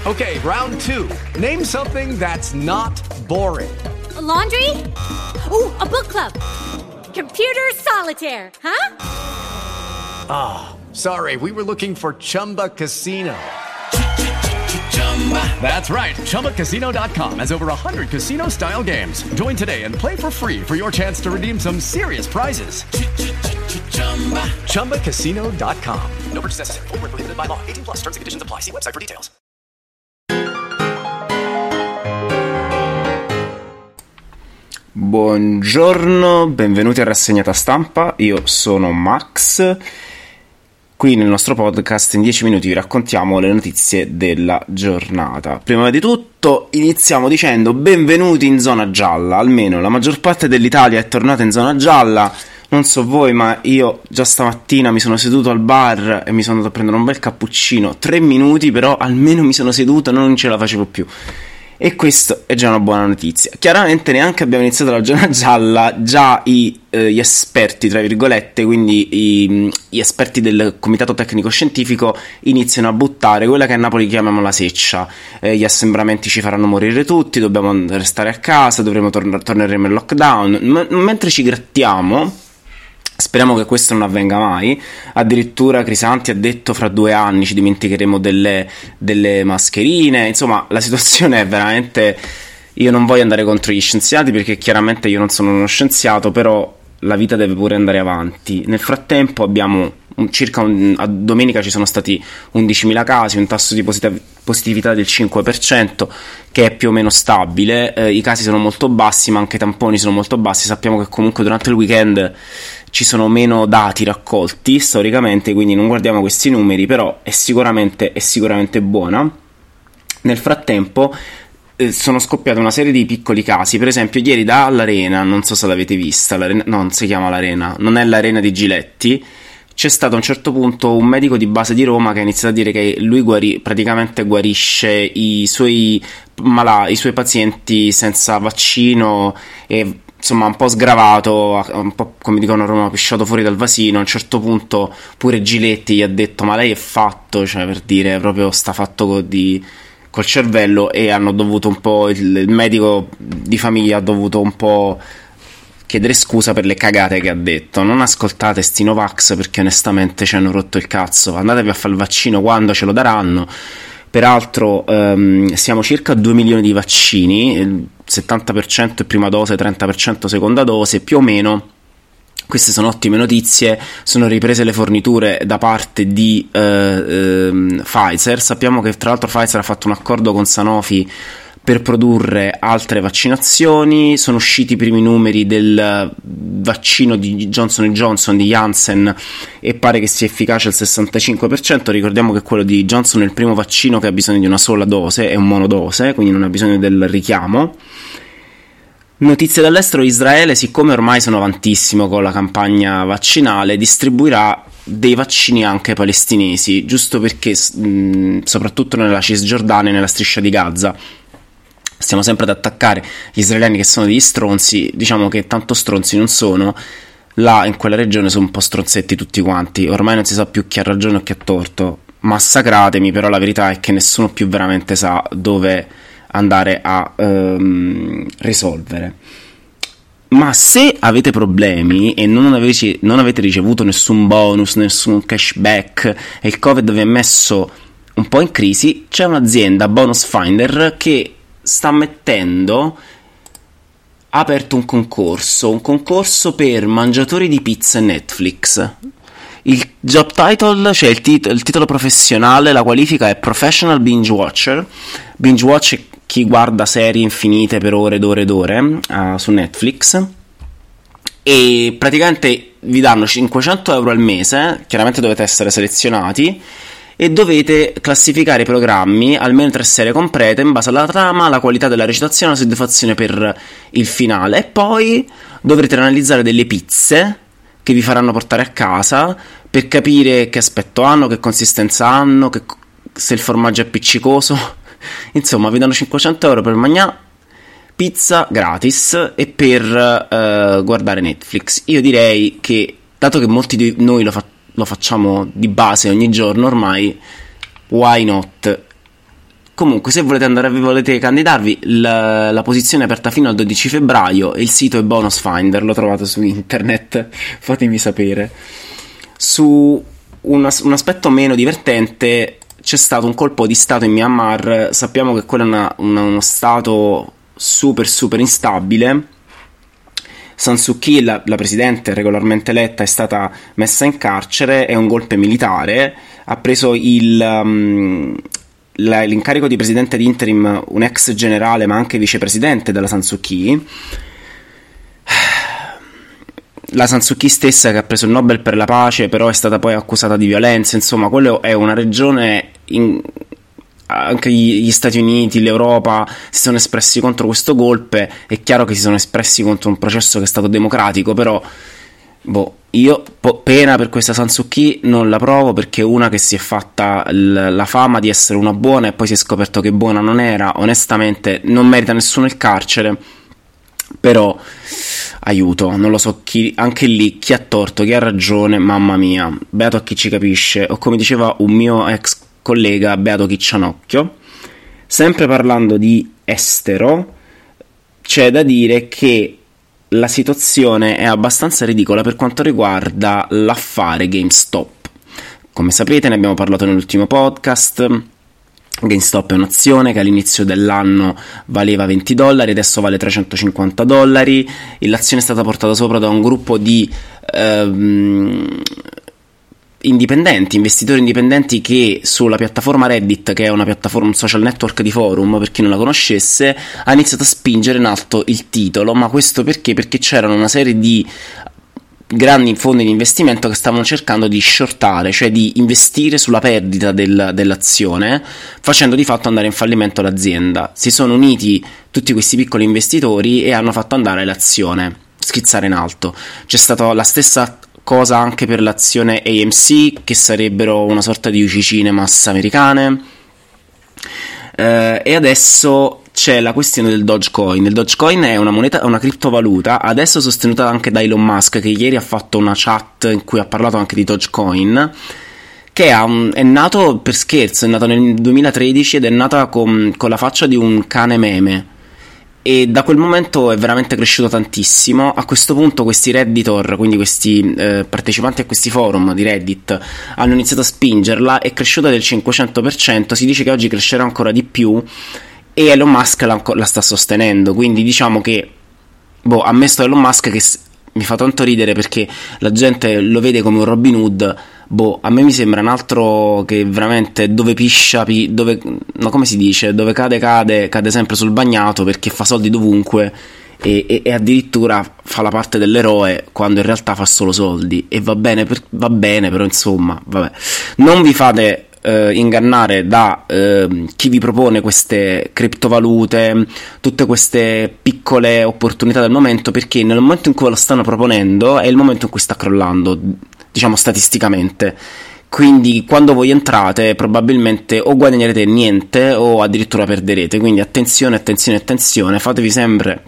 Okay, round two. Name something that's not boring. A laundry? Ooh, a book club. Computer solitaire, huh? Ah, sorry, we were looking for Chumba Casino. That's right, ChumbaCasino.com has over 100 casino-style games. Join today and play for free for your chance to redeem some serious prizes. ChumbaCasino.com. No purchase necessary. Void where prohibited by law. 18 plus terms and conditions apply. See website for details. Buongiorno, benvenuti a Rassegnata Stampa, io sono Max. Qui nel nostro podcast in 10 minuti vi raccontiamo le notizie della giornata. Prima di tutto iniziamo dicendo benvenuti in zona gialla, almeno la maggior parte dell'Italia è tornata in zona gialla. Non so voi, ma io già stamattina mi sono seduto al bar e mi sono andato a prendere un bel cappuccino. 3 minuti, però almeno mi sono seduto e non ce la facevo più. E questo è già una buona notizia. Chiaramente neanche abbiamo iniziato la giornata gialla, già gli esperti, tra virgolette, quindi gli esperti del Comitato Tecnico Scientifico iniziano a buttare quella che a Napoli chiamiamo la seccia. Gli assembramenti ci faranno morire tutti, dobbiamo restare a casa, torneremo in lockdown. Mentre ci grattiamo, speriamo che questo non avvenga mai. Addirittura Crisanti ha detto fra 2 anni ci dimenticheremo delle mascherine. Insomma, la situazione è veramente... Io non voglio andare contro gli scienziati perché chiaramente io non sono uno scienziato, però la vita deve pure andare avanti. Nel frattempo abbiamo a domenica ci sono stati 11.000 casi, un tasso di positività del 5%, che è più o meno stabile. I casi sono molto bassi, ma anche i tamponi sono molto bassi. Sappiamo che comunque durante il weekend ci sono meno dati raccolti storicamente, quindi non guardiamo questi numeri, però è sicuramente buona. Nel frattempo sono scoppiate una serie di piccoli casi. Per esempio ieri dall'Arena, non so se l'avete vista, non si chiama l'Arena, non è l'Arena di Giletti, c'è stato a un certo punto un medico di base di Roma che ha iniziato a dire che lui praticamente guarisce i suoi pazienti senza vaccino, e insomma un po' sgravato, un po' come dicono a Roma, pisciato fuori dal vasino. A un certo punto pure Giletti gli ha detto ma lei è fatto, cioè per dire proprio sta fatto col cervello, e hanno dovuto un po', il medico di famiglia ha dovuto un po' chiedere scusa per le cagate che ha detto. Non ascoltate sti Novax perché onestamente ci hanno rotto il cazzo, andatevi a fare il vaccino quando ce lo daranno. Peraltro siamo circa a 2 milioni di vaccini, il 70% è prima dose, 30% seconda dose, più o meno. Queste sono ottime notizie. Sono riprese le forniture da parte di Pfizer. Sappiamo che tra l'altro Pfizer ha fatto un accordo con Sanofi per produrre altre vaccinazioni. Sono usciti i primi numeri del vaccino di Johnson & Johnson, di Janssen, e pare che sia efficace al 65%. Ricordiamo che quello di Johnson è il primo vaccino che ha bisogno di una sola dose, è un monodose, quindi non ha bisogno del richiamo. Notizie dall'estero: Israele, siccome ormai sono avantissimo con la campagna vaccinale, distribuirà dei vaccini anche ai palestinesi, giusto perché soprattutto nella Cisgiordania e nella striscia di Gaza stiamo sempre ad attaccare gli israeliani che sono degli stronzi. Diciamo che tanto stronzi non sono, là in quella regione sono un po' stronzetti tutti quanti, ormai non si sa più chi ha ragione o chi ha torto. Massacratemi, però la verità è che nessuno più veramente sa dove andare a risolvere. Ma se avete problemi e non avete ricevuto nessun bonus, nessun cashback e il Covid vi ha messo un po' in crisi, c'è un'azienda, Bonus Finder, che ha aperto un concorso per mangiatori di pizza e Netflix. Il job title, cioè il titolo professionale, la qualifica è Professional Binge Watcher. Binge Watch è chi guarda serie infinite per ore ed ore ed ore su Netflix, e praticamente vi danno 500 euro al mese. Chiaramente dovete essere selezionati e dovete classificare i programmi, almeno 3 serie complete, in base alla trama, alla qualità della recitazione, alla soddisfazione per il finale, e poi dovrete analizzare delle pizze che vi faranno portare a casa per capire che aspetto hanno, che consistenza hanno, se il formaggio è appiccicoso. Insomma, vi danno 500 euro per mangiare pizza gratis e per guardare Netflix. Io direi che, dato che molti di noi lo facciamo di base ogni giorno ormai, why not Comunque, se volete candidarvi, la posizione è aperta fino al 12 febbraio e il sito è Bonus Finder, lo trovate su internet, fatemi sapere. Su un aspetto meno divertente, c'è stato un colpo di stato in Myanmar. Sappiamo che quello è uno stato super instabile. San Suu Kyi, la presidente regolarmente eletta, è stata messa in carcere, è un golpe militare. Ha preso l'incarico di presidente di interim un ex generale ma anche vicepresidente della San Suu Kyi. La San Suu Kyi stessa, che ha preso il Nobel per la pace, però è stata poi accusata di violenza. Insomma, quello è una regione anche gli Stati Uniti, l'Europa si sono espressi contro questo golpe. È chiaro che si sono espressi contro un processo che è stato democratico, però io pena per questa San Suu Kyi non la provo, perché è una che si è fatta la fama di essere una buona e poi si è scoperto che buona non era. Onestamente non merita nessuno il carcere, però aiuto, non lo so anche lì chi ha torto, chi ha ragione, mamma mia, beato a chi ci capisce, o come diceva un mio ex collega, beato chi c'ha un occhio. Sempre parlando di estero, c'è da dire che la situazione è abbastanza ridicola per quanto riguarda l'affare GameStop. Come sapete, ne abbiamo parlato nell'ultimo podcast. GameStop è un'azione che all'inizio dell'anno valeva $20, adesso vale $350. L'azione è stata portata sopra da un gruppo di investitori indipendenti, che sulla piattaforma Reddit, che è una piattaforma, un social network di forum, per chi non la conoscesse, ha iniziato a spingere in alto il titolo. Ma questo perché? Perché c'erano una serie di grandi fondi di investimento che stavano cercando di shortare, cioè di investire sulla perdita dell'azione, facendo di fatto andare in fallimento l'azienda. Si sono uniti tutti questi piccoli investitori e hanno fatto andare l'azione schizzare in alto. C'è stata la stessa cosa anche per l'azione AMC, che sarebbero una sorta di UC Cinemas americane, e adesso c'è la questione del Dogecoin. Il Dogecoin è una moneta, una criptovaluta, adesso sostenuta anche da Elon Musk, che ieri ha fatto una chat in cui ha parlato anche di Dogecoin, che è nato per scherzo, è nato nel 2013 ed è nata con la faccia di un cane meme, e da quel momento è veramente cresciuto tantissimo. A questo punto questi redditor, quindi questi partecipanti a questi forum di Reddit, hanno iniziato a spingerla, è cresciuta del 500%, si dice che oggi crescerà ancora di più, e Elon Musk la sta sostenendo. Quindi diciamo che ammesso Elon Musk, che mi fa tanto ridere perché la gente lo vede come un Robin Hood. A me mi sembra un altro che veramente dove piscia, come si dice, dove cade sempre sul bagnato, perché fa soldi dovunque e addirittura fa la parte dell'eroe quando in realtà fa solo soldi. E va bene, però insomma, vabbè. Non vi fate ingannare da chi vi propone queste criptovalute, tutte queste piccole opportunità del momento, perché nel momento in cui lo stanno proponendo è il momento in cui sta crollando, diciamo statisticamente. Quindi quando voi entrate probabilmente o guadagnerete niente o addirittura perderete. Quindi attenzione, fatevi sempre,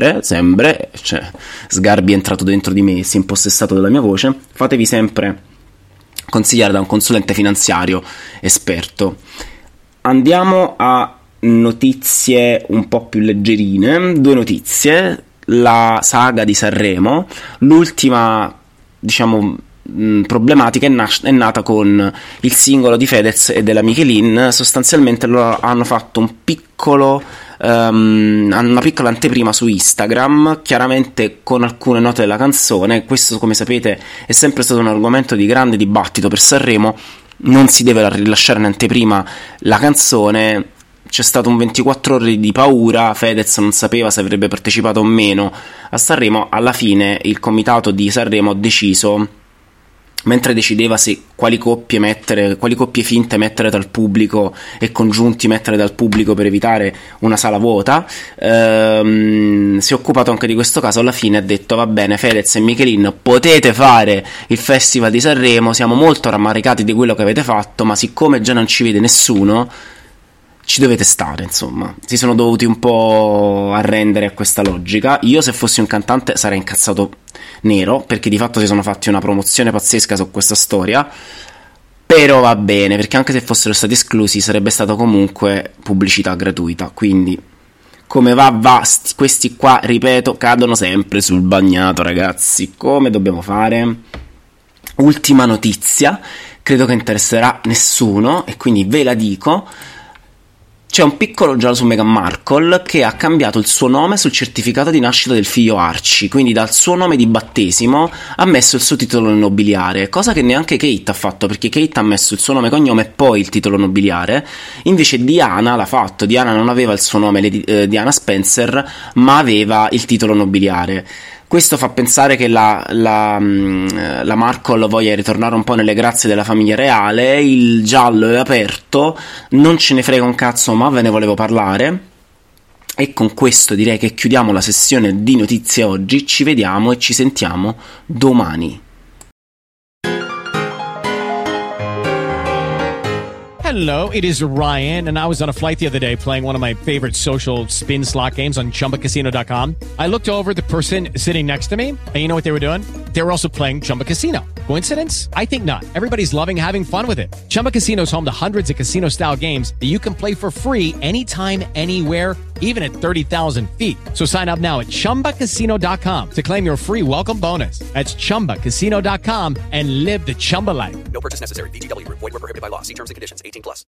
cioè Sgarbi è entrato dentro di me e si è impossessato della mia voce, fatevi sempre consigliare da un consulente finanziario esperto. Andiamo a notizie un po' più leggerine. 2 notizie: la saga di Sanremo, l'ultima, diciamo, problematica è nata con il singolo di Fedez e della Michelin. Sostanzialmente loro hanno fatto una piccola anteprima su Instagram, chiaramente con alcune note della canzone. Questo, come sapete, è sempre stato un argomento di grande dibattito per Sanremo. Non si deve rilasciare in anteprima la canzone. C'è stato un 24 ore di paura, Fedez non sapeva se avrebbe partecipato o meno a Sanremo. Alla fine il comitato di Sanremo ha deciso, mentre decideva quali coppie finte mettere dal pubblico e congiunti mettere dal pubblico per evitare una sala vuota, si è occupato anche di questo caso. Alla fine ha detto: va bene, Fedez e Michelin, potete fare il Festival di Sanremo, siamo molto rammaricati di quello che avete fatto, ma siccome già non ci vede nessuno, ci dovete stare. Insomma, si sono dovuti un po' arrendere a questa logica. Io, se fossi un cantante, sarei incazzato nero, perché di fatto si sono fatti una promozione pazzesca su questa storia. Però va bene, perché anche se fossero stati esclusi sarebbe stata comunque pubblicità gratuita, quindi come va, questi qua, ripeto, cadono sempre sul bagnato, ragazzi. Come dobbiamo fare? Ultima notizia, credo che interesserà nessuno e quindi ve la dico. C'è un piccolo giallo su Meghan Markle che ha cambiato il suo nome sul certificato di nascita del figlio Archie, quindi dal suo nome di battesimo ha messo il suo titolo nobiliare, cosa che neanche Kate ha fatto, perché Kate ha messo il suo nome, cognome e poi il titolo nobiliare. Invece Diana l'ha fatto. Diana non aveva il suo nome, Diana Spencer, ma aveva il titolo nobiliare. Questo fa pensare che la Markle voglia ritornare un po' nelle grazie della famiglia reale. Il giallo è aperto, non ce ne frega un cazzo, ma ve ne volevo parlare. E con questo direi che chiudiamo la sessione di notizie oggi. Ci vediamo e ci sentiamo domani. Hello, it is Ryan, and I was on a flight the other day playing one of my favorite social spin slot games on ChumbaCasino.com. I looked over at the person sitting next to me, and you know what they were doing? They were also playing Chumba Casino. Coincidence? I think not. Everybody's loving having fun with it. Chumba Casino is home to hundreds of casino-style games that you can play for free anytime, anywhere, even at 30,000 feet. So sign up now at ChumbaCasino.com to claim your free welcome bonus. That's ChumbaCasino.com and live the Chumba life. No purchase necessary. VGW. Void where prohibited by law. See terms and conditions. 18+.